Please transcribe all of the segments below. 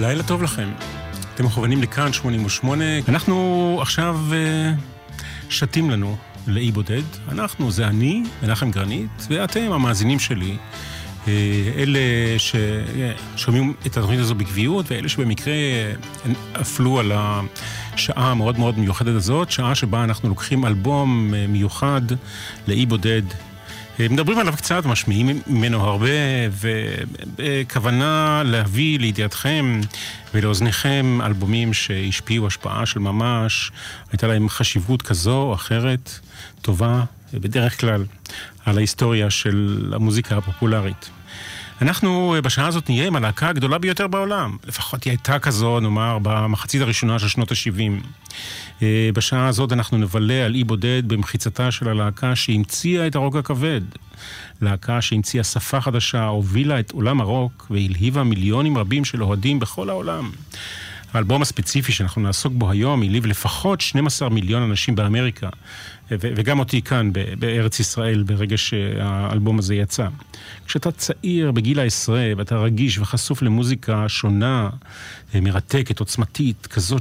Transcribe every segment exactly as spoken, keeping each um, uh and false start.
לילה טוב לכם. אתם מכוונים לכאן שמונים ושמונה. אנחנו עכשיו שתים לנו לאי בודד. אנחנו, זה אני, מנחם גרנית, ואתם, המאזינים שלי, אלה ששומעים את התוכנית הזו בקביעות, ואלה שבמקרה אפלו על השעה המאוד מאוד מיוחדת הזאת, שעה שבה אנחנו לוקחים אלבום מיוחד לאי בודד. מדברים עליו קצת, משמיעים ממנו הרבה, וכוונה להביא לידיעתכם ולאוזניכם אלבומים שהשפיעו השפעה של ממש, הייתה להם חשיבות כזו או אחרת, טובה, בדרך כלל, על ההיסטוריה של המוזיקה הפופולרית. אנחנו בשעה הזאת נהיה עם הלהקה הגדולה ביותר בעולם. לפחות היא הייתה כזו, נאמר, במחצית הראשונה של שנות ה-שבעים. בשעה הזאת אנחנו נבלה על אי בודד במחיצתה של הלהקה שהמציאה את הרוק הכבד. להקה שהמציאה שפה חדשה, הובילה את עולם הרוק והלהיבה מיליונים רבים של אוהדים בכל העולם. האלבום הספציפי שאנחנו נעסוק בו היום הלהיב לפחות שנים עשר מיליון אנשים באמריקה, וגם אותי כאן בארץ ישראל ברגע שהאלבום הזה יצא. כשאתה צעיר בגיל העשרה ואתה רגיש וחשוף למוזיקה שונה, מרתקת, עוצמתית, כזאת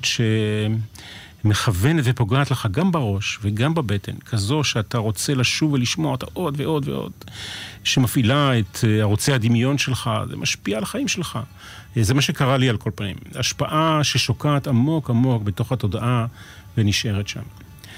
שמכוונת ופוגעת לך גם בראש וגם בבטן, כזו שאתה רוצה לשוב ולשמוע אותה עוד ועוד ועוד, שמפעילה את ערוצי הדמיון שלך, זה משפיע על החיים שלך. זה מה שקרה לי על כל פעמים. השפעה ששוקעת עמוק עמוק בתוך התודעה ונשארת שם.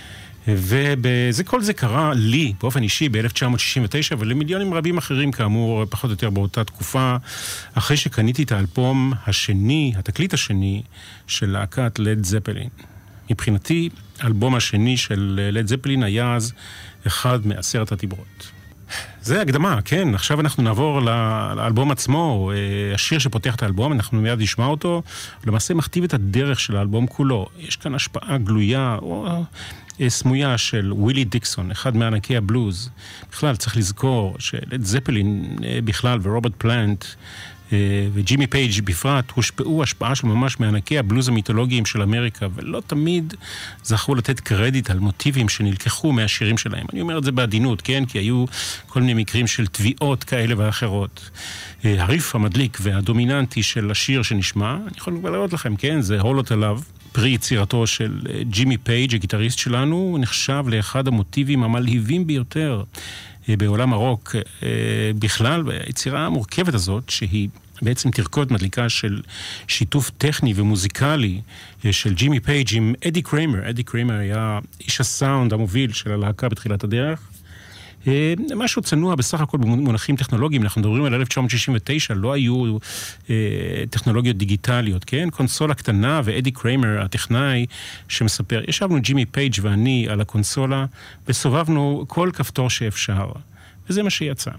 וזה כל זה קרה לי באופן אישי ב-אלף תשע מאות שישים ותשע ולמיליונים רבים אחרים כאמור פחות או יותר באותה תקופה, אחרי שקניתי את האלבום השני, התקליט השני של להקת לד זפלין. מבחינתי, האלבום השני של לד זפלין היה אז אחד מעשרת הדיברות. זה הקדמה, כן, עכשיו אנחנו נעבור לאלבום עצמו, השיר שפותח את האלבום, אנחנו מיד נשמע אותו, למעשה מכתיב את הדרך של האלבום כולו. יש כאן השפעה גלויה או סמויה של ווילי דיקסון, אחד מענקי הבלוז. בכלל צריך לזכור שלד זפלין בכלל ורוברט פלנט וג'ימי פייג' בפרט הושפעו השפעה של ממש מענקי הבלוז המיתולוגיים של אמריקה, ולא תמיד זכו לתת קרדיט על מוטיבים שנלקחו מהשירים שלהם. אני אומר את זה בעדינות, כן? כי היו כל מיני מקרים של תביעות כאלה ואחרות. הריף המדליק והדומיננטי של השיר שנשמע, אני יכול לראות לכם, כן? זה הולות עליו. פרי יצירתו של ג'ימי פייג', הגיטריסט שלנו, הוא נחשב לאחד המוטיבים המלהיבים ביותר בעולם הרוק בכלל, והיצירה המורכבת הזאת, שהיא בעצם תרכות מדליקה של שיתוף טכני ומוזיקלי של ג'ימי פייג' עם אדי קריימר. אדי קריימר היה איש הסאונד המוביל של הלהקה בתחילת הדרך. משהו צנוע בסך הכל במונחים טכנולוגיים, אנחנו מדברים על אלף תשע מאות שישים ותשע, לא היו אה, טכנולוגיות דיגיטליות, כן? קונסולה קטנה ואדי קריימר, הטכנאי שמספר, ישבנו ג'ימי פייג' ואני על הקונסולה וסובבנו כל כפתור שאפשר, וזה מה שיצא.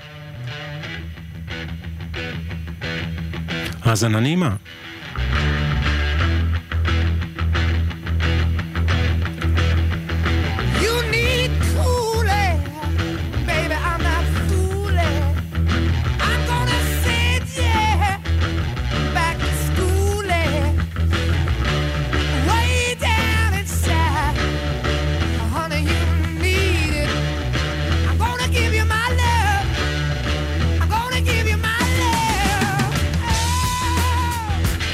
האזנה נעימה. I'm gonna give you my love.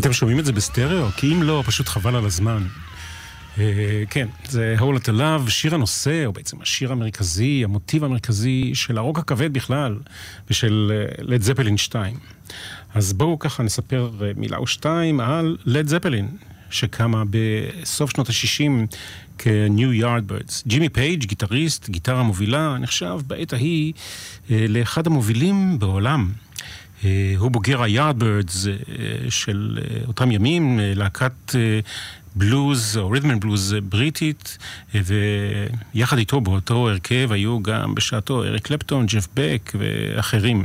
אתם שומעים את זה בסטריאו? כי אם לא, פשוט חבל על הזמן. כן, זה Whole Lotta Love, שיר הנושא, או בעצם השיר המרכזי, המוטיב המרכזי של הרוק הכבד בכלל, ושל לד זפלין שתיים. אז בואו ככה נספר מילה או שתיים על לד זפלין, שקמה בסוף שנות ה-שישים כ-New Yardbirds. ג'ימי פייג', גיטריסט, גיטרה מובילה, נחשב בעת ההיא לאחד המובילים בעולם. הוא בוגר ה-Yardbirds של אותם ימים, להקת בלוז, או רית'ם אנד בלוז בריטית, ויחד איתו באותו הרכב היו גם בשעתו אריק קלפטון, ג'ף בק ואחרים.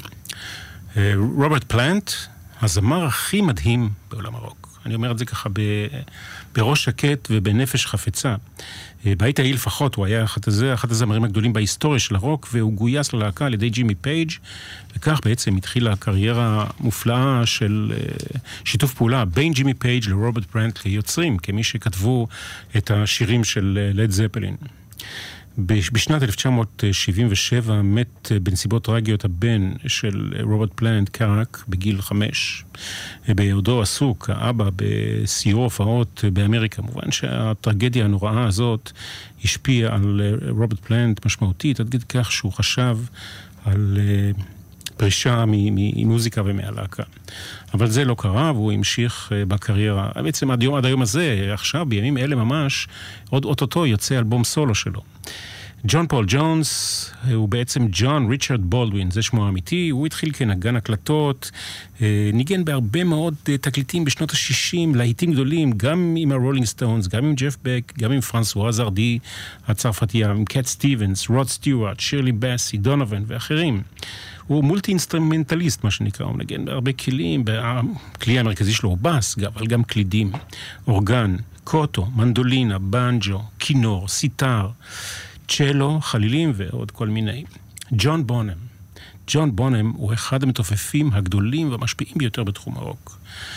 רוברט פלנט, הזמר הכי מדהים בעולם הרוק. אני אומר את זה ככה בראש שקט ובנפש חפצה. בעת ההיא לפחות הוא היה אחד הזה, אחד הזמרים הגדולים בהיסטוריה של הרוק, והוא גויס ללהקה על ידי ג'ימי פייג', וכך בעצם התחילה הקריירה מופלאה של שיתוף פעולה בין ג'ימי פייג' לרוברט פלנט כיוצרים, כמי שכתבו את השירים של לד זפלין. בשנת אלף תשע מאות שבעים ושבע מת בנסיבות טרגיות הבן של רוברט פלנט, קארק, בגיל חמש. בעודו עסוק, האבא, בסיור הופעות באמריקה. מובן שהטרגדיה הנוראה הזאת השפיעה על רוברט פלנט משמעותית, עד כדי כך שהוא חשב על פרישה ממוזיקה ומהלהקה. אבל זה לא קרה, והוא המשיך בקריירה. בעצם עד, יום, עד היום הזה, עכשיו, בימים אלה ממש, עוד אוטוטו יוצא אלבום סולו שלו. ג'ון פול ג'ונס הוא בעצם ג'ון ריצ'רד בולדווין, זה שמו האמיתי. הוא התחיל כנגן הקלטות, ניגן בהרבה מאוד תקליטים בשנות ה-שישים, להיטים גדולים, גם עם הרולינג סטונס, גם עם ג'ף בק, גם עם פרנסואה זרדי הצרפתייה, עם קט סטיבנס, רוד סטיוארט, שירלי בסי, דונובן ואחרים. הוא מולטי אינסטרומנטליסט, מה שנקרא, הוא מנגן בהרבה כלים, הכלי המרכזי שלו הוא בס, אבל גם קלידים, אורגן, קוטו, מנדולינה, בנג'ו, כינור, סיטר, צ'לו, חלילים ועוד כל מיני. ג'ון בונם. ג'ון בונם הוא אחד המתופפים הגדולים והמשפיעים ביותר בתחום הרוק.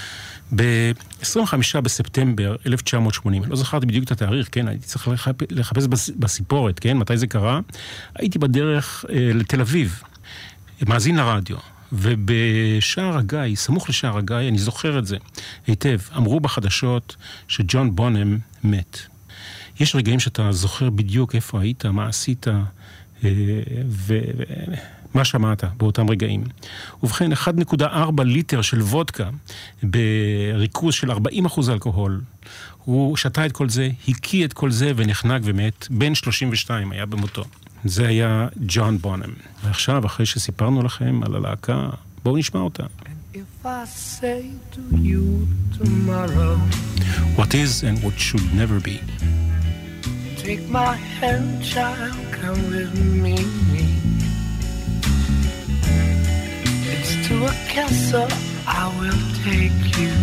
ב-עשרים וחמישה בספטמבר אלף תשע מאות שמונים, לא זכרתי בדיוק את התאריך, כן, הייתי צריך לחפש בסיפורת, כן, מתי זה קרה. הייתי בדרך אה, לתל אביב, מאזין לרדיו, ובשער הגיא, סמוך לשער הגיא, אני זוכר את זה היטב, אמרו בחדשות שג'ון בונם מת. יש רגעים שאתה זוכר בדיוק איפה היית, מה עשית, ומה שמעת באותם רגעים. ובכן, אחד נקודה ארבע ליטר של וודקה, בריכוז של ארבעים אחוז אלכוהול, הוא שתה את כל זה, הקיא את כל זה, ונחנק ומת, בן שלושים ושתיים היה במותו. זה היה ג'ון בונם. ועכשיו, אחרי שסיפרנו לכם על הלהקה, בואו נשמע אותה. If I say to you tomorrow, what is and what should never be? Take my hand, child, come with me. It's to a castle I will take you,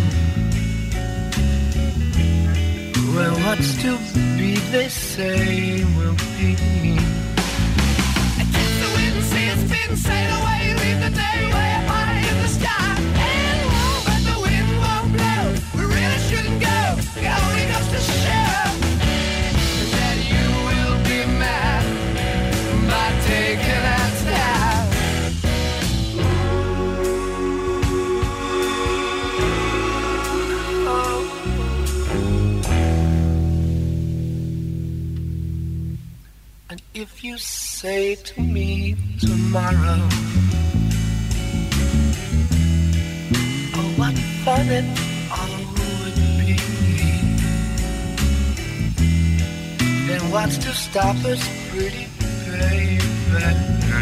where what's to be, they say, will be. Against the wind, see it's been sail away, leave the day way up high in the sky. And whoa, but the wind won't blow, we really shouldn't go, it only goes to show that you will be mad by taking that step. Oh. And if you say to me tomorrow, oh, what fun it all would be, then what's to stop us, pretty baby?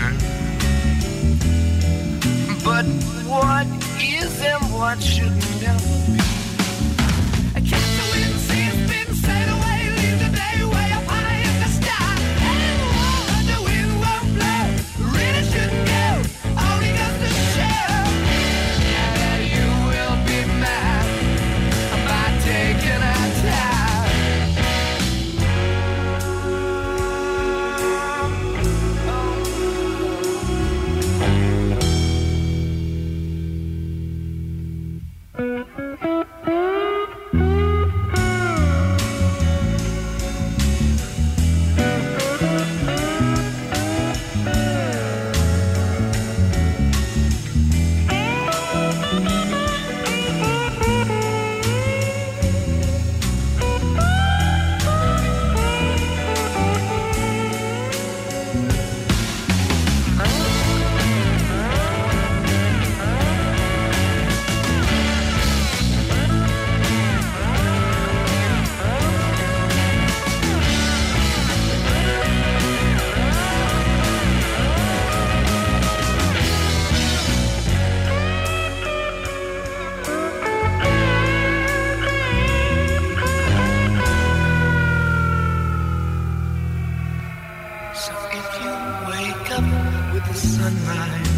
But what is and what should never be? I catch the wind, see it's been sailed away, leave the day way up high in the sky. And whoa, but the wind won't blow, really shouldn't go, only goes to show that you will be mad by taking our time. Thank you. with the sunrise,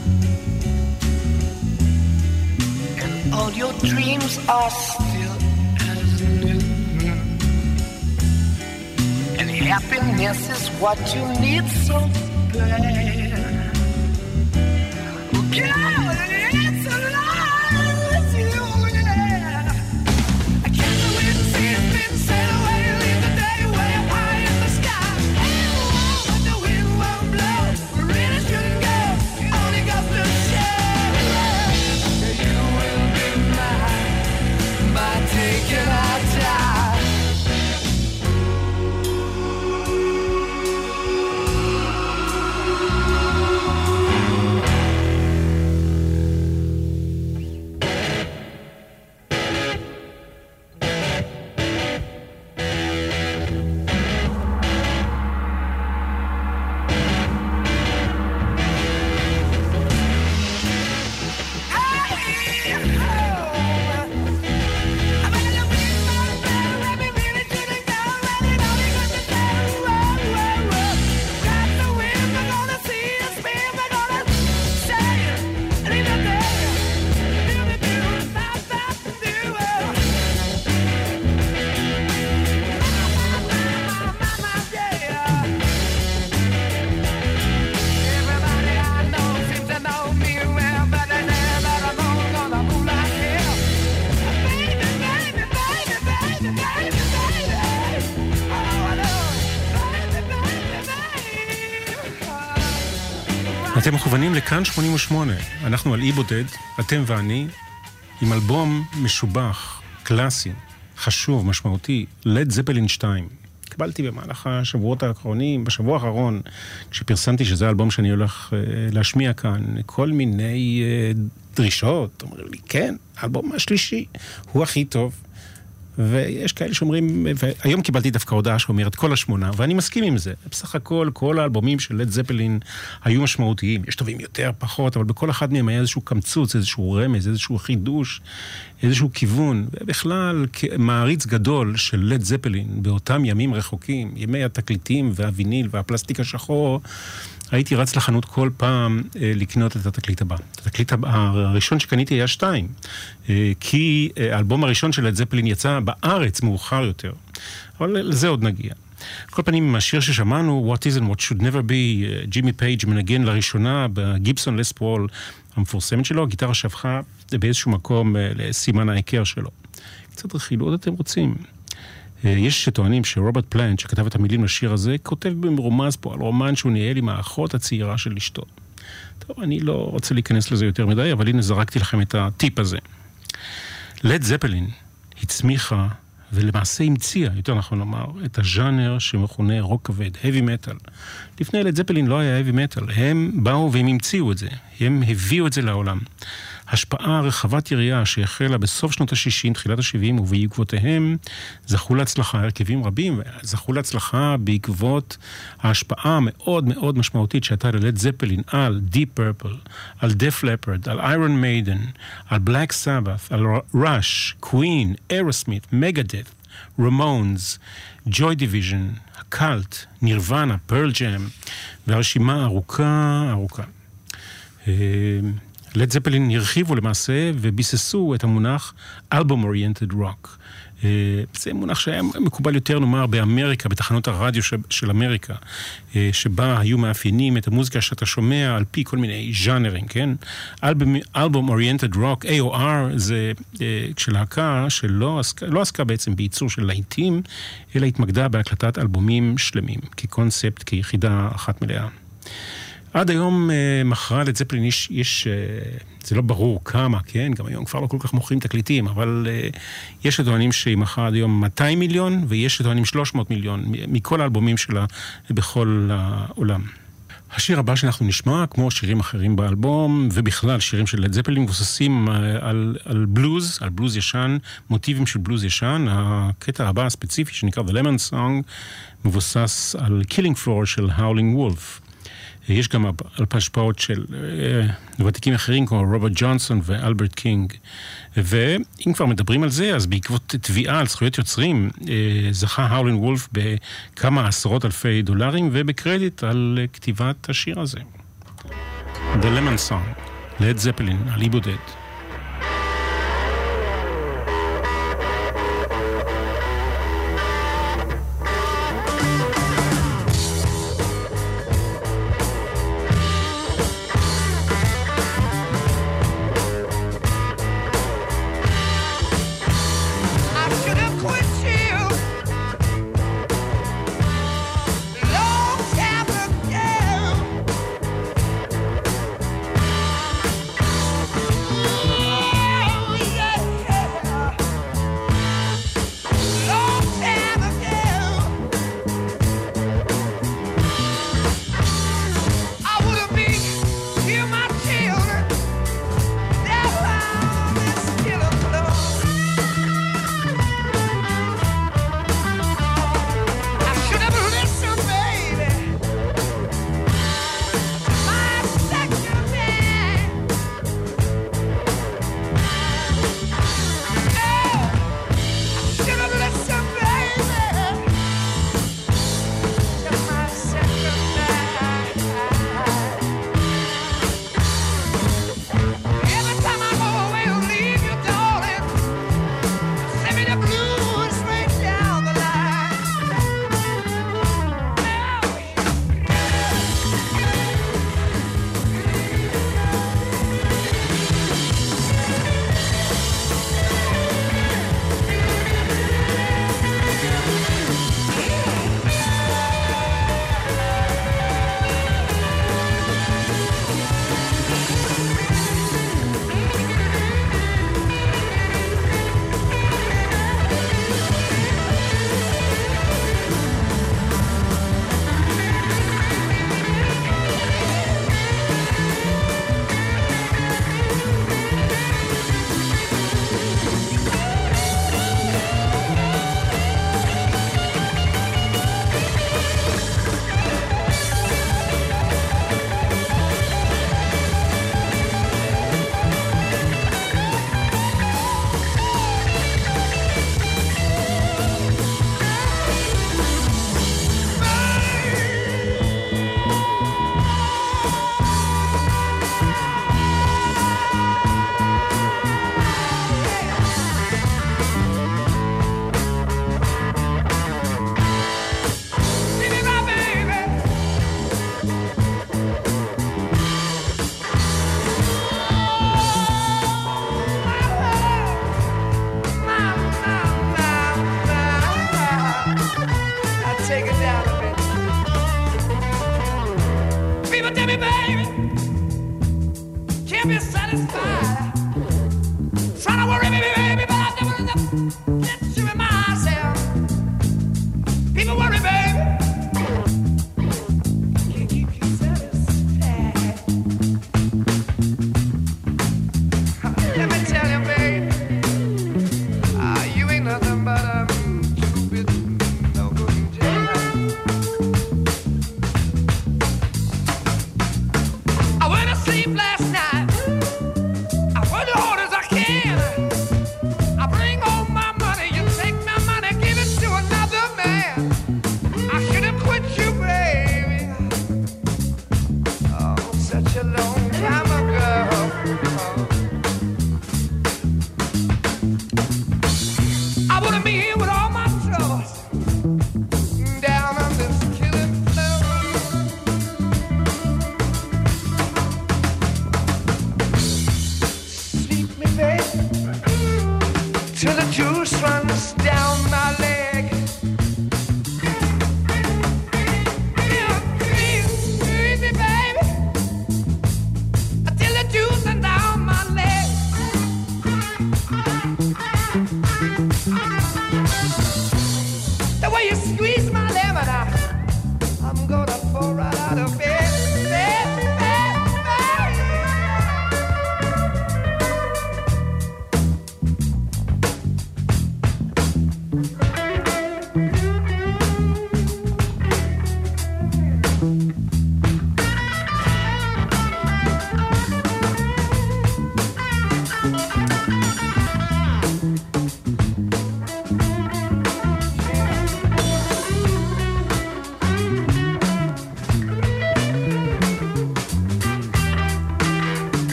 and all your dreams are still as new, and happiness is what you need so bad. Oh, girl, it's alive with you, yeah. I can't wait to see it been said away, leave the day way up high in the sky. But the wind won't blow, we really shouldn't go, only got to share. You will be mine by taking our time. אתם מכוונים לכאן שמונים ושמונה, אנחנו על אי בודד, אתם ואני, עם אלבום משובח, קלאסי, חשוב, משמעותי, לד זפלין שתיים. קיבלתי במהלך השבועות האחרונים, בשבוע האחרון, כשפרסמתי שזה האלבום שאני הולך אה, להשמיע כאן, כל מיני אה, דרישות, אומרים לי, כן, האלבום השלישי, הוא הכי טוב. ויש כאלה שאומרים, והיום קיבלתי דווקא הודעה שאומרת כל השמונה, ואני מסכים עם זה. בסך הכל, כל האלבומים של לד זפלין היו משמעותיים. יש טובים יותר, פחות, אבל בכל אחד מהם היה איזשהו קמצוץ, איזשהו רמז, איזשהו חידוש, איזשהו כיוון. ובכלל, מעריץ גדול של לד זפלין, באותם ימים רחוקים, ימי התקליטים והוויניל והפלסטיק השחור, הייתי רץ לחנות כל פעם אה, לקנות את התקליט הבא. התקליט הבא, הראשון שקניתי היה שתיים, אה, כי אה, האלבום הראשון של לד זפלין יצא בארץ מאוחר יותר. אבל לזה עוד נגיע. כל פנים, השיר ששמענו, What is and what should never be, ג'ימי פייג' מנגן לראשונה בגיבסון לס פול המפורסמת שלו, הגיטרה שפכה באיזשהו מקום אה, לסימן ההיכר שלו. קצת רכילות אתם רוצים. יש שטוענים שרוברט פלנט, שכתב את המילים לשיר הזה, כותב במרומז פה על רומן שהוא ניהל עם האחות הצעירה של אשתו. טוב, אני לא רוצה להיכנס לזה יותר מדי, אבל הנה זרקתי לכם את הטיפ הזה. לד זפלין הצמיחה ולמעשה המציאה, יותר נכון לומר, את הז'אנר שמכונה רוק כבד, heavy metal. לפני לד זפלין לא היה heavy metal, הם באו והם המציאו את זה, הם הביאו את זה לעולם. השפעה רחבת יריעה שהחלה בסוף שנות ה-שישים, תחילת ה-שבעים, ובעקבותיהם זכו להצלחה, הרכבים רבים, זכו להצלחה בעקבות ההשפעה המאוד מאוד משמעותית שהייתה ללד זפלין על Deep Purple, על Def Leppard, על Iron Maiden, על Black Sabbath, על Rush, Queen, Aerosmith, Megadeth, Ramones, Joy Division, הקלט, נירוונה, Pearl Jam, והרשימה ארוכה, ארוכה. לד זפלין הרחיבו למעשה וביססו את המונח Album Oriented Rock. זה מונח שהיה מקובל יותר נאמר באמריקה, בתחנות הרדיו של אמריקה, שבה היו מאפיינים את המוזיקה שאתה שומע על פי כל מיני ז'אנרים, כן? Album Oriented Rock, A O R, זה כשלהקה שלא עסקה, לא עסקה בעצם בייצור של להיטים, אלא התמקדה בהקלטת אלבומים שלמים, כקונספט, כיחידה אחת מלאה. עד היום מכרה לד זפלין יש, יש, זה לא ברור כמה, כן? גם היום כבר לא כל כך מוכרים תקליטים, אבל יש שטוענים שהיא מכרה עד היום מאתיים מיליון, ויש שטוענים שלוש מאות מיליון, מכל האלבומים שלה בכל העולם. השיר הבא שאנחנו נשמע, כמו שירים אחרים באלבום, ובכלל שירים של לד זפלין, מבוססים על, על בלוז, על בלוז ישן, מוטיבים של בלוז ישן. הקטע הבא הספציפי שנקרא The Lemon Song, מבוסס על Killing Floor של Howling Wolf. יש גם השפעות של ותיקים אחרים כמו רוברט ג'ונסון ואלברט קינג. ואם כבר מדברים על זה, אז בעקבות תביעה על זכויות יוצרים, זכה האולין וולף בכמה עשרות אלפי דולרים ובקרדיט על כתיבת השיר הזה. The Lemon Song, לד זפלין, על אי בודד.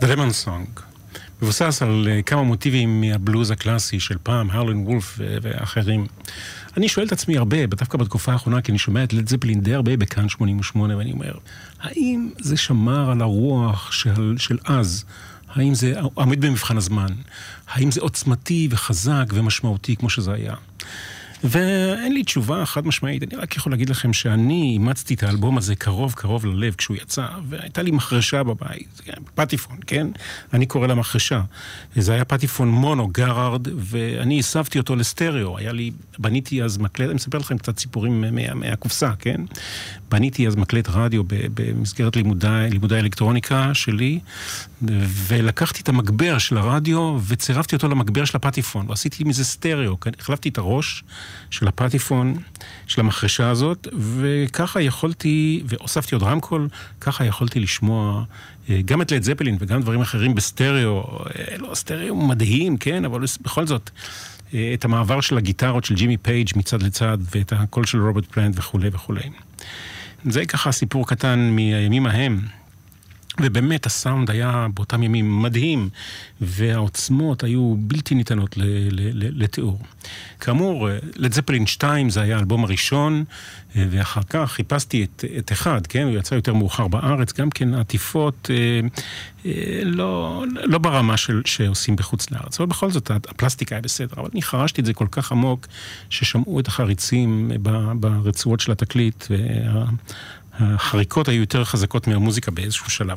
The Lemon Song, מבוסס על כמה מוטיבים מהבלוז הקלאסי של פעם, הרלן וולף ואחרים. אני שואל את עצמי הרבה, דווקא בתקופה האחרונה, כי אני שומע את לד זפלין די הרבה בכאן שמונים ושמונה, ואני אומר, האם זה שמר על הרוח של, של אז? האם זה עומד במבחן הזמן? האם זה עוצמתי וחזק ומשמעותי כמו שזה היה? ואין לי תשובה חד משמעית, אני רק יכול להגיד לכם שאני אימצתי את האלבום הזה קרוב קרוב ללב כשהוא יצא, והייתה לי מחרשה בבית, פטיפון, כן? אני קורא לה מחרשה. זה היה פטיפון מונו, גרארד, ואני הסבתי אותו לסטריאו, היה לי, בניתי אז מקלט, אני מספר לכם קצת סיפורים מה, מהקופסה, כן? בניתי אז מקלט רדיו במסגרת לימודי, לימודי אלקטרוניקה שלי, ולקחתי את המגבר של הרדיו וצירפתי אותו למגבר של הפטיפון, ועשיתי מזה סטריאו, כן? החלפתי את הראש של הפטיפון, של המחרשה הזאת, וככה יכולתי, והוספתי עוד רמקול, ככה יכולתי לשמוע גם את לד זפלין וגם דברים אחרים בסטריאו, לא, סטריאו מדהים, כן, אבל בכל זאת, את המעבר של הגיטרות של ג'ימי פייג' מצד לצד, ואת הקול של רוברט פלנט וכו' וכו'. זה ככה סיפור קטן מהימים ההם, ובאמת הסאונד היה באותם ימים מדהים, והעוצמות היו בלתי ניתנות ל- ל- ל- לתיאור. כאמור, לד זפלין שתיים זה היה האלבום הראשון, ואחר כך חיפשתי את, את אחד, כן? הוא יצא יותר מאוחר בארץ, גם כן עטיפות אה, אה, לא, לא ברמה של, שעושים בחוץ לארץ, אבל בכל זאת הפלסטיקה היה בסדר, אבל אני חרשתי את זה כל כך עמוק, ששמעו את החריצים ברצועות של התקליט, וה... החריקות היו יותר חזקות מהמוזיקה באיזשהו שלב.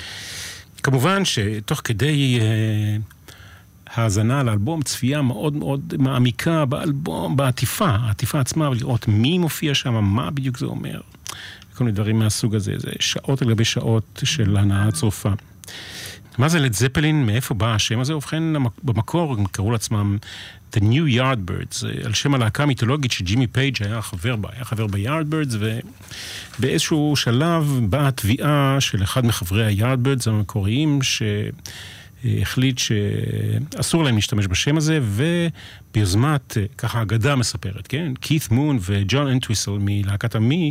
כמובן שתוך כדי uh, האזנה לאלבום, צפייה מאוד מאוד מעמיקה באלבום, בעטיפה, העטיפה עצמה, ולראות מי מופיע שם, מה בדיוק זה אומר. כל מיני דברים מהסוג הזה, זה שעות על גבי שעות של הנאה צרופה. מה זה לד זפלין? מאיפה בא השם הזה? ובכן, במקור הם קראו לעצמם The New Yardbirds, על שם הלהקה המיתולוגית שג'ימי פייג' היה חבר בה, היה חבר ב-Yardbirds, ובאיזשהו שלב באה התביעה של אחד מחברי ה-Yardbirds המקוריים, שהחליט שאסור להם להשתמש בשם הזה, וביוזמת, ככה אגדה מספרת, כן? כית מון וג'ון אנטוויסל מלהקת המי,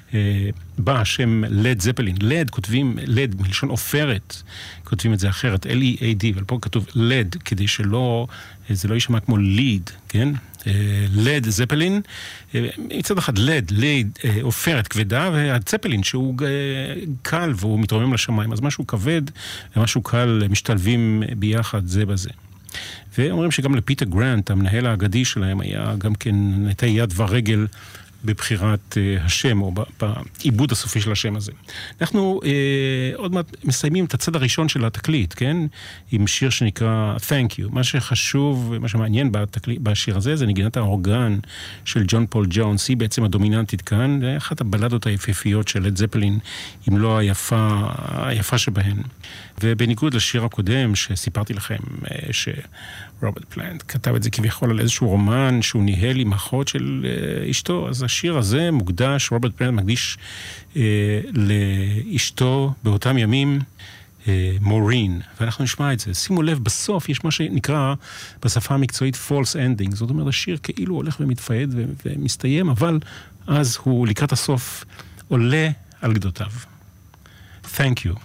בא השם לד זפלין. לד, כותבים לד מלשון עופרת, כותבים את זה אחרת, L-E-A-D, אבל פה כתוב לד, כדי שלא, זה לא יישמע כמו ליד, כן? לד זפלין, מצד אחד לד, לד, עופרת כבדה, והצפלין שהוא קל והוא מתרומם לשמיים, אז משהו כבד ומשהו קל משתלבים ביחד זה בזה. ואומרים שגם לפיטר גרנט, המנהל האגדי שלהם, היה גם כן נטי יד ורגל בבחירת uh, השם, או בעיבוד הסופי של השם הזה. אנחנו uh, עוד מעט מסיימים את הצד הראשון של התקליט, כן? עם שיר שנקרא Thank You. מה שחשוב, מה שמעניין בתקליט, בשיר הזה, זה נגינת האורגן של ג'ון פול ג'ונס, היא בעצם הדומיננטית כאן, זה אחת הבלדות היפהפיות של לד זפלין, אם לא היפה, היפה שבהן. ובניגוד לשיר הקודם שסיפרתי לכם, שרוברט פלנט כתב את זה כביכול על איזשהו רומן שהוא ניהל עם אחות של אשתו, אז השיר הזה מוקדש, רוברט פלנט מקדיש אה, לאשתו באותם ימים, אה, מורין, ואנחנו נשמע את זה. שימו לב, בסוף יש מה שנקרא בשפה המקצועית false ending, זאת אומרת, השיר כאילו הולך ומתפעד ו- ומסתיים, אבל אז הוא לקראת הסוף עולה על גדותיו. Thank you.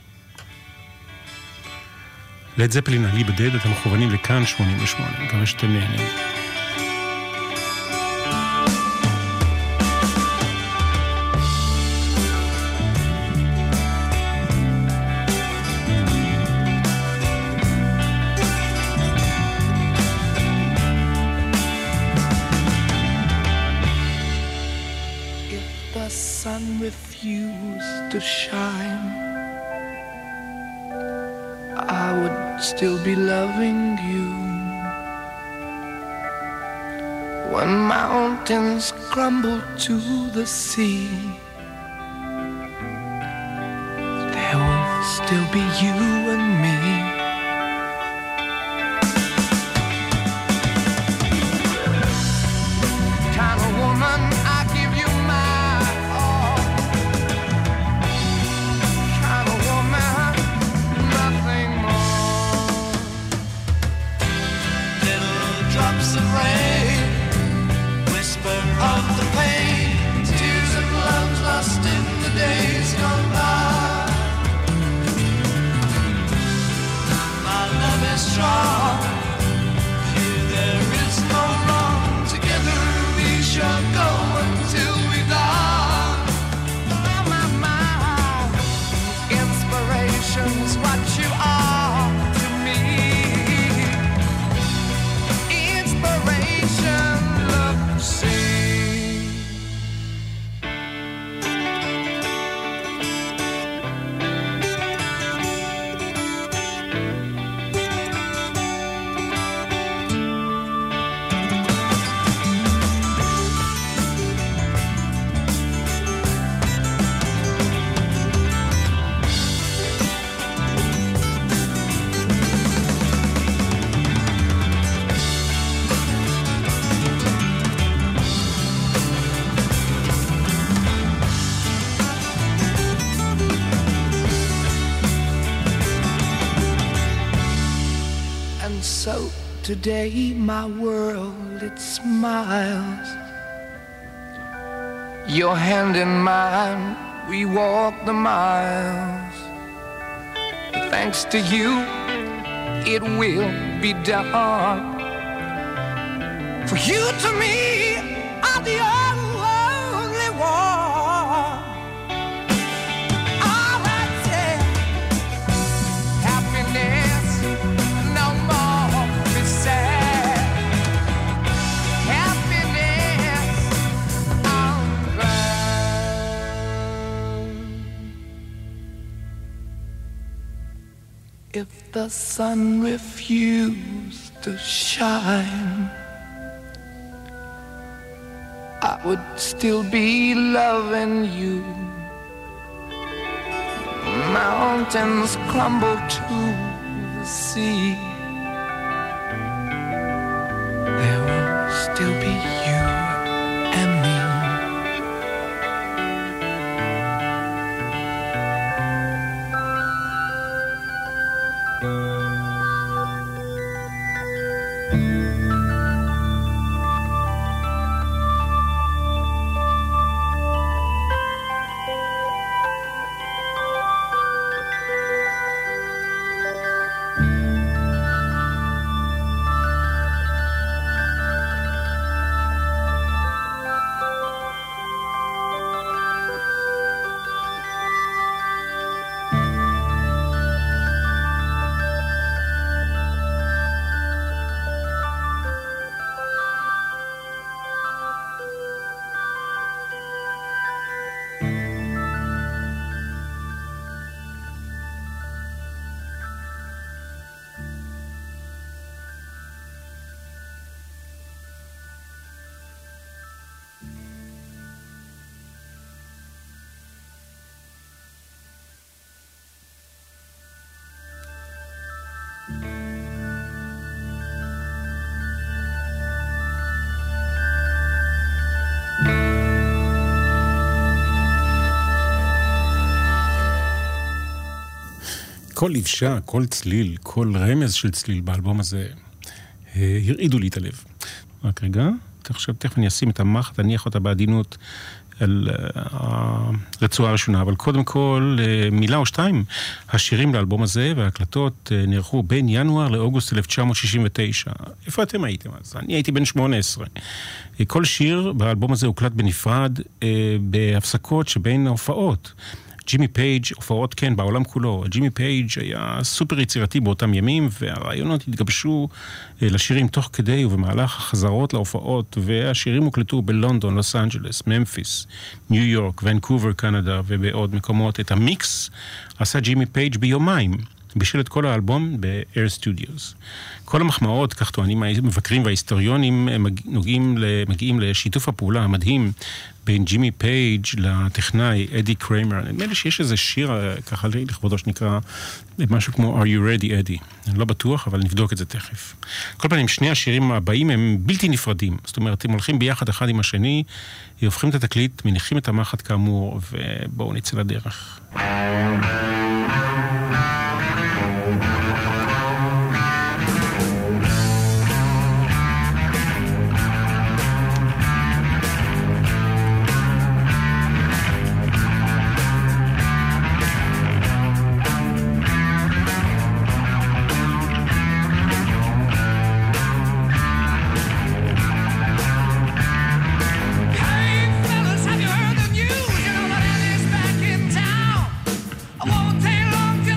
לד זפלין עלי בדד, אתם מכוונים לכאן שמונים ושמונה, אני מקווה שאתם נהנים. If the sun refused to shine, I would still be loving you. When mountains crumble to the sea, there will still be you and me. Kind of woman, I give you my all. Kind of woman, nothing more. Little drops of rain, whisper of the pain, tears of love lost in the days gone by. So today my world, it smiles. Your hand in mine, we walk the miles. Thanks to you, it will be done. For you to me are the only one. All I say, happiness, no more be sad. Happiness, I'm glad. If the sun refused to shine, I would still be loving you. Mountains crumble to the sea. There will still be you and me. כל לבשה, כל צליל, כל רמז של צליל באלבום הזה הרעידו לי את הלב. רק רגע, עכשיו תכף אני אשים את המחט, אניח אותה בעדינות על הרצועה הראשונה, אבל קודם כל מילה או שתיים, השירים לאלבום הזה וההקלטות נערכו בין ינואר לאוגוסט אלף תשע מאות שישים ותשע. איפה אתם הייתם אז? אני הייתי בן שמונה עשרה. כל שיר באלבום הזה הוקלט בנפרד בהפסקות שבין ההופעות. ג'ימי פייג' הופעות כן בעולם כולו. ג'ימי פייג' היה סופר יצירתי באותם ימים, והרעיונות התגבשו לשירים תוך כדי ובמהלך החזרות להופעות, והשירים הוקלטו בלונדון, לוס אנג'לס, ממפיס, ניו יורק, ונקובר, קנדה ובעוד מקומות. את המיקס עשה ג'ימי פייג' ביומיים, בשל את כל האלבום ב-Air Studios. כל המחמאות, כך טוענים המבקרים וההיסטוריונים, מגיעים, מגיעים לשיתוף הפעולה המדהים בין ג'ימי פייג' לטכנאי אדי קריימר. נדמה לי שיש איזה שיר ככה לכבודו שנקרא משהו כמו Are You Ready, אדי? אני לא בטוח, אבל נבדוק את זה תכף. כל פעמים שני השירים הבאים הם בלתי נפרדים. זאת אומרת, הם הולכים ביחד אחד עם השני, הופכים את התקליט, מניחים את המחט כאמור, ובואו נצא לדרך. I won't take long to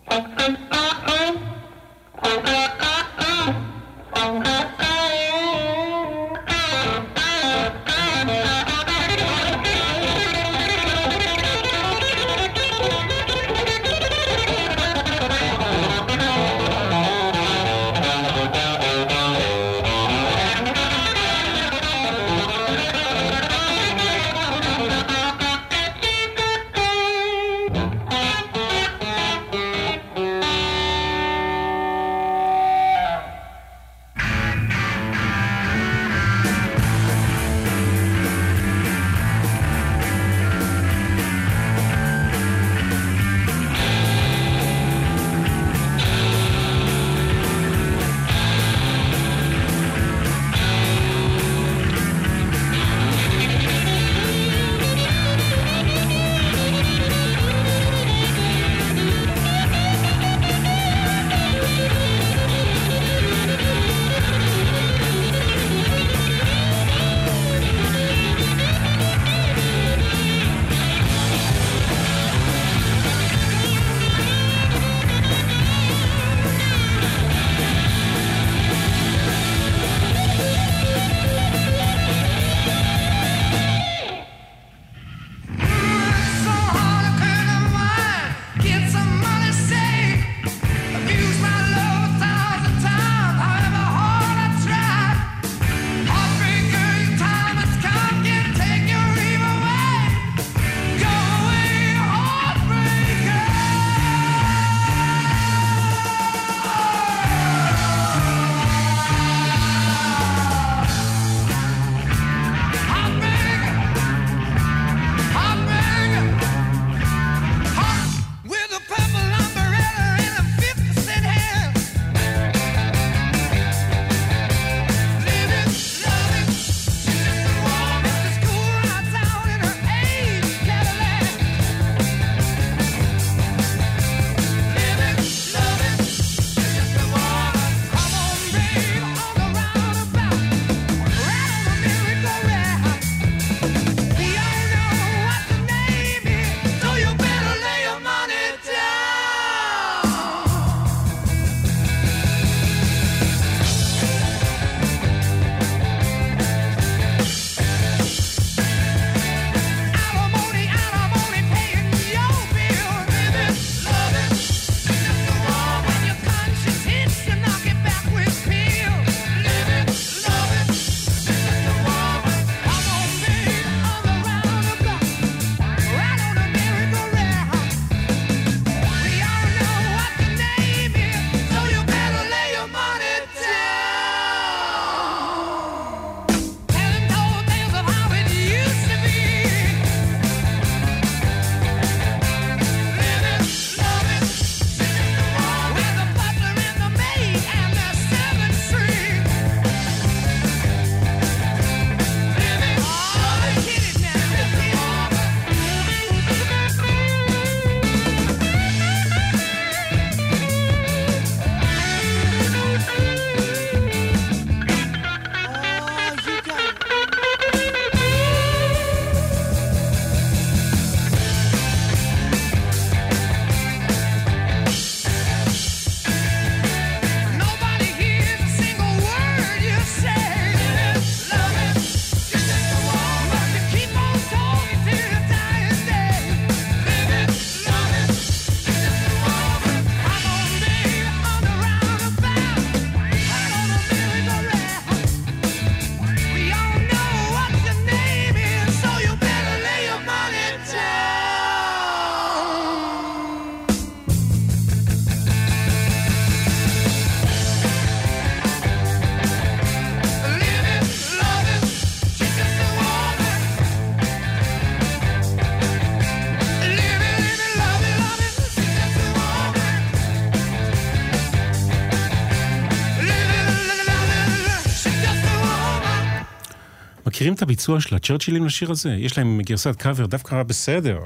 מכירים את הביצוע של הצ'רצ'ילים לשיר הזה? יש להם גרסת קאבר דווקא בסדר.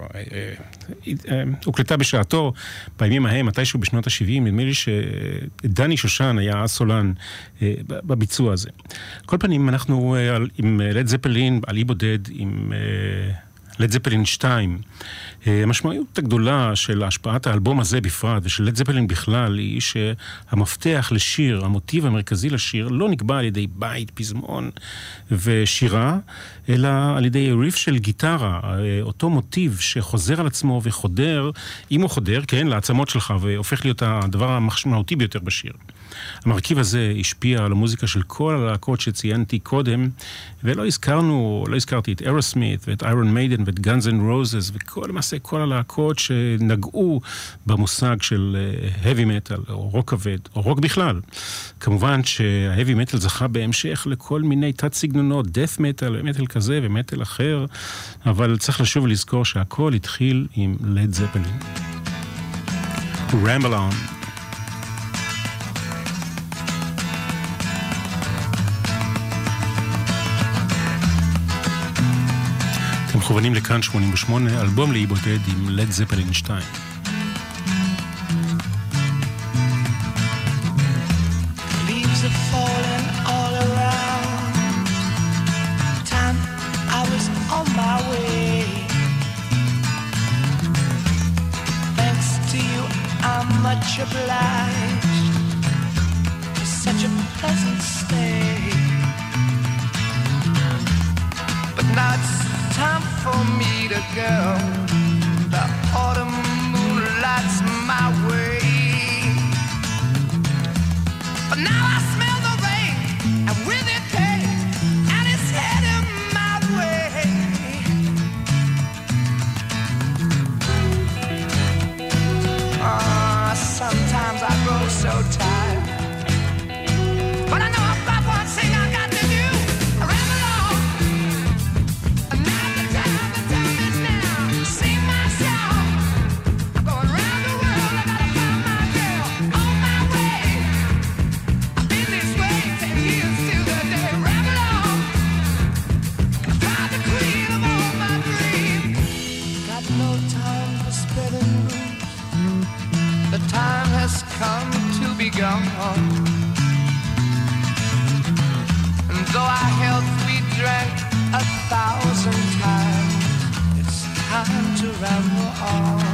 הוקלטה בשעתו, בימים ההם, מתישהו בשנות ה-שבעים, נדמה לי שדני שושן היה הסולן בביצוע הזה. כל פנים, אנחנו עם לד זפלין, על אי בודד, עם לד זפלין שתיים. המשמעות הגדולה של השפעת האלבום הזה בפרט, ושל לד זפלין בכלל, היא שהמפתח לשיר, המוטיב המרכזי לשיר, לא נקבע על ידי בית, פזמון ושירה, אלא על ידי ריף של גיטרה, אותו מוטיב שחוזר על עצמו וחודר, אם הוא חודר, כן, לעצמות שלך, והופך להיות הדבר המשמעותי ביותר בשיר. המרכיב הזה השפיע על המוזיקה של כל הלהקות שציינתי קודם, ולא הזכרנו, לא הזכרתי את אירוסמית ואת איירון מיידן ואת גאנז אנד רוזס וכל למעשה כל הלהקות שנגעו במושג של heavy metal או רוק כבד או רוק בכלל. כמובן שההאבי מטל זכה בהמשך לכל מיני תת סגנונות, death metal ומטל כזה ומטל אחר, אבל צריך לשוב ולזכור שהכל התחיל עם לד זפלין. Ramble On. אתם מכוונים לכאן שמונים ושמונה, אלבום לאי בודד עם לד זפלין שתיים. Leaves are falling all around. Time I was on my way. Thanks to you I'm much obliged for such a pleasant stay. But now it's time for me to go. The autumn moonlight's my way. But now I smell the rain, and with it pain, and it's heading my way. Ah, uh, sometimes I grow so tired, but I know I've got one thing I got to do. I ramble on. Come to be gone. And though our health we drank a thousand times, it's time to ramble on.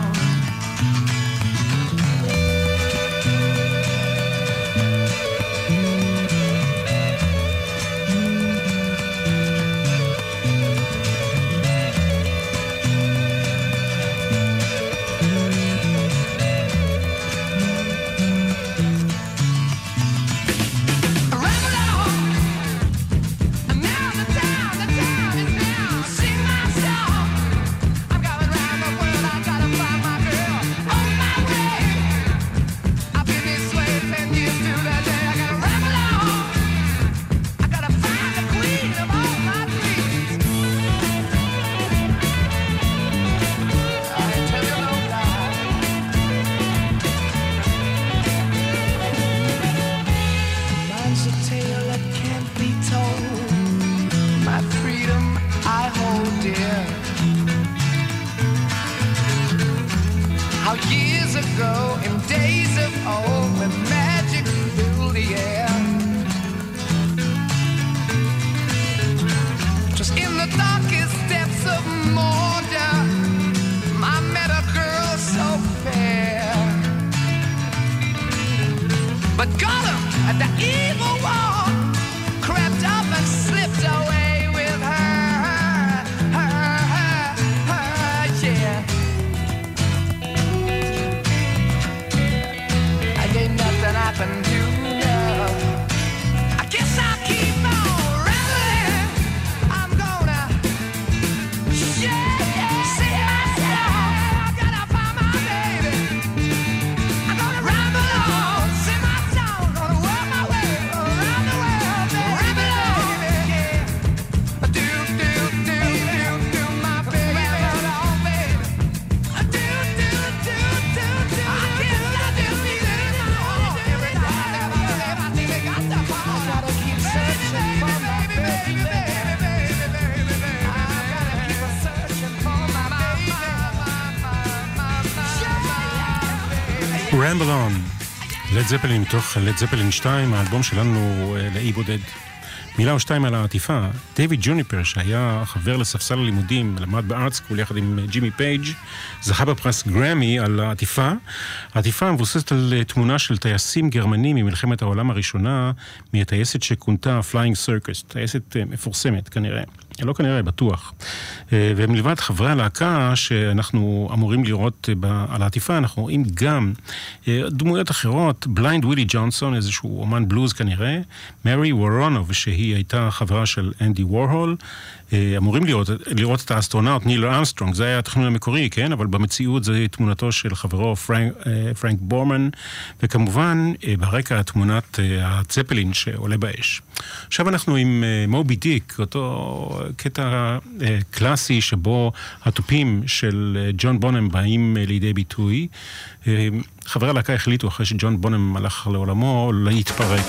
Ramble On, לד זפלין מתוך לד זפלין שתיים, האלבום שלנו לאי בודד. מילה או שתיים על העטיפה. דיוויד ג'וניפר, שהיה חבר לספסל הלימודים, למד בארט סקול יחד עם ג'ימי פייג', זכה בפרס גרמי על העטיפה. העטיפה מבוססת על תמונה של טייסים גרמנים ממלחמת העולם הראשונה, מהטייסת שכונתה פליינג סרקס, טייסת מפורסמת כנראה. לא כנראה, בטוח. ומלבד חברי הלהקה שאנחנו אמורים לראות על העטיפה, אנחנו רואים גם דמויות אחרות, בליינד ווילי ג'ונסון, איזשהו אומן בלוז כנראה, מרי וורונוב, שהיא הייתה חברה של אנדי וורהול, אמורים לראות, לראות את האסטרונאוט ניל ארמסטרונג, זה היה התכנון המקורי, כן? אבל במציאות זה תמונתו של חברו פרנק, פרנק בורמן, וכמובן ברקע תמונת הצפלין שעולה באש. עכשיו אנחנו עם מובי דיק, אותו קטע קלאסי שבו הטופים של ג'ון בונם באים לידי ביטוי. חברי הלהקה החליטו אחרי שג'ון בונם הלך לעולמו להתפרק.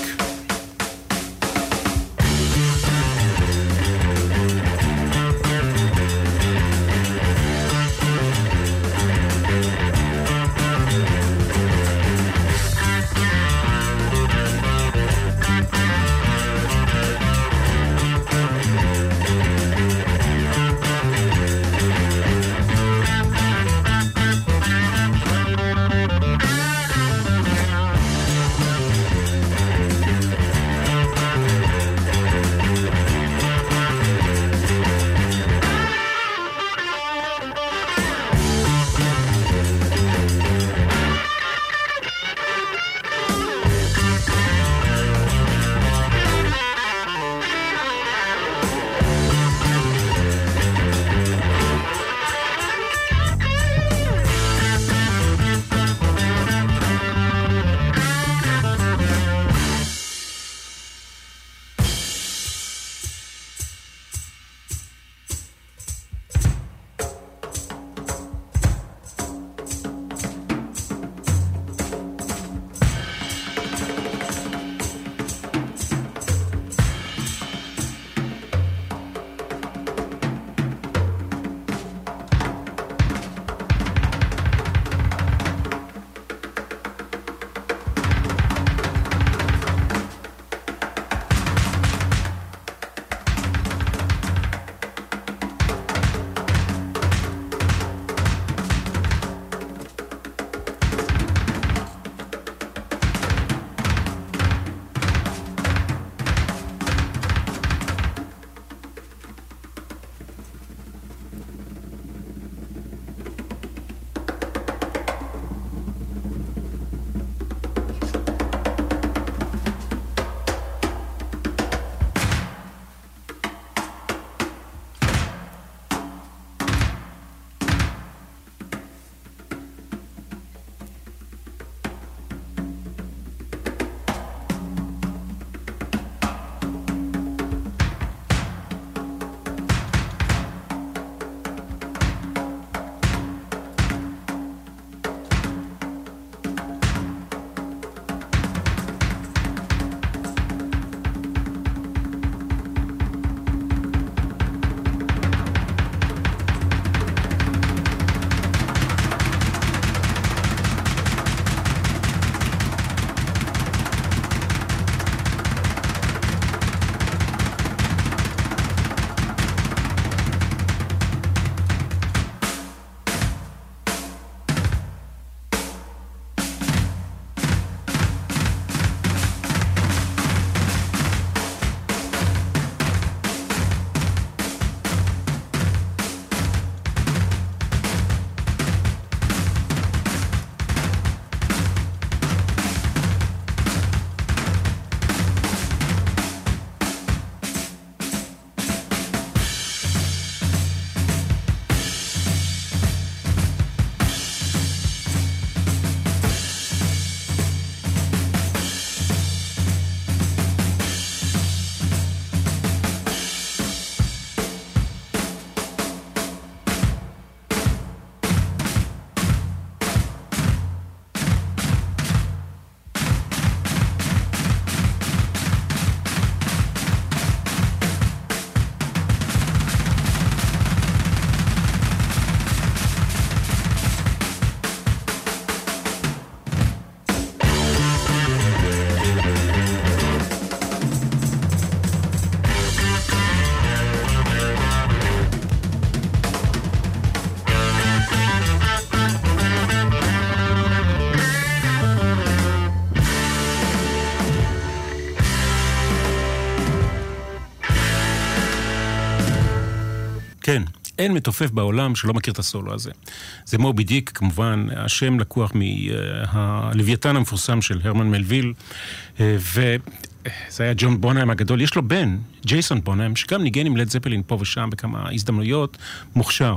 אין מתופף בעולם שלא מכיר את הסולו הזה. זה מובי דיק, כמובן, השם לקוח מהלוויתן המפורסם של הרמן מלוויל, ו... זה היה ג'ון בונהאם הגדול, יש לו בן, ג'ייסון בונהאם, שגם ניגן עם לד זפלין פה ושם בכמה הזדמנויות, מוכשר.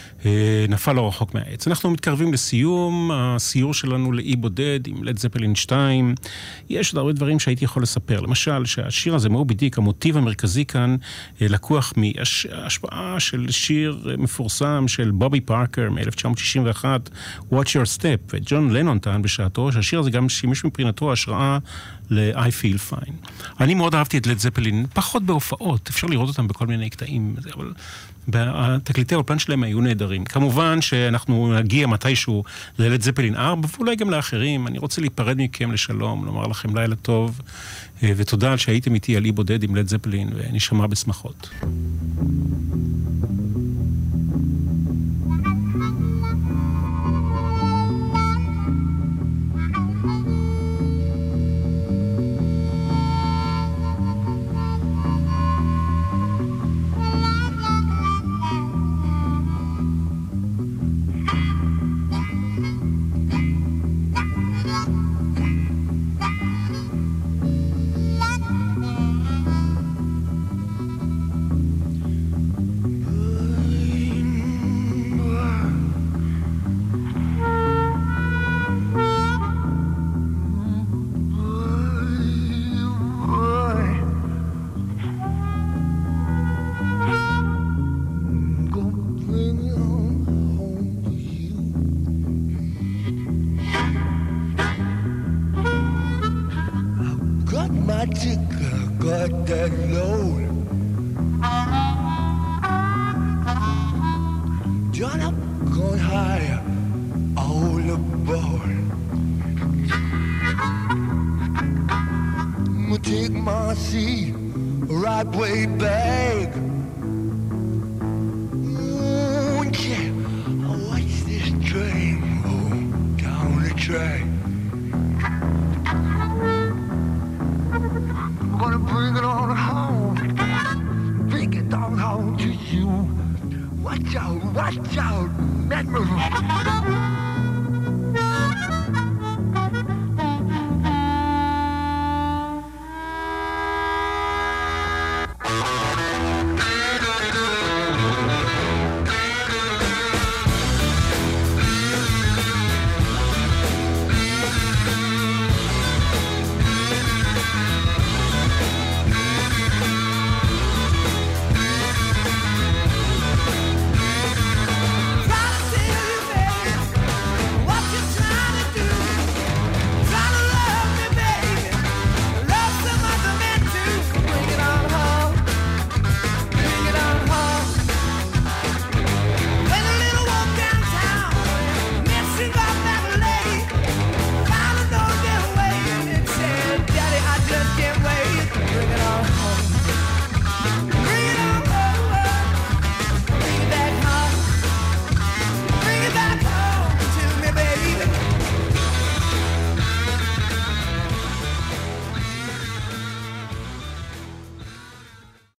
נפל לא רחוק מהעץ. אנחנו מתקרבים לסיום, הסיור שלנו לאי בודד עם לד זפלין שתיים. יש עוד הרבה דברים שהייתי יכול לספר. למשל, שהשיר הזה מובי דיק, המוטיב המרכזי כאן, לקוח מהשפעה של שיר מפורסם של בובי פארקר מ-אלף תשע מאות שישים ואחת, Watch Your Step, וג'ון לנון טען בשעתו, שהשיר הזה גם שימש מבחינתו השראה ל-I Feel Fine. אני מאוד אהבתי את לד זפלין, פחות בהופעות, אפשר לראות אותם בכל מיני קטעים, אבל התקליטי האולפן שלהם היו נהדרים. כמובן שאנחנו נגיע מתישהו ללד זפלין ארבע, ואולי גם לאחרים. אני רוצה להיפרד מכם לשלום, לומר לכם לילה טוב, ותודה על שהייתם איתי על אי בודד עם לד זפלין, ונשמע בשמחות. Watch out, watch out, Matt Murray.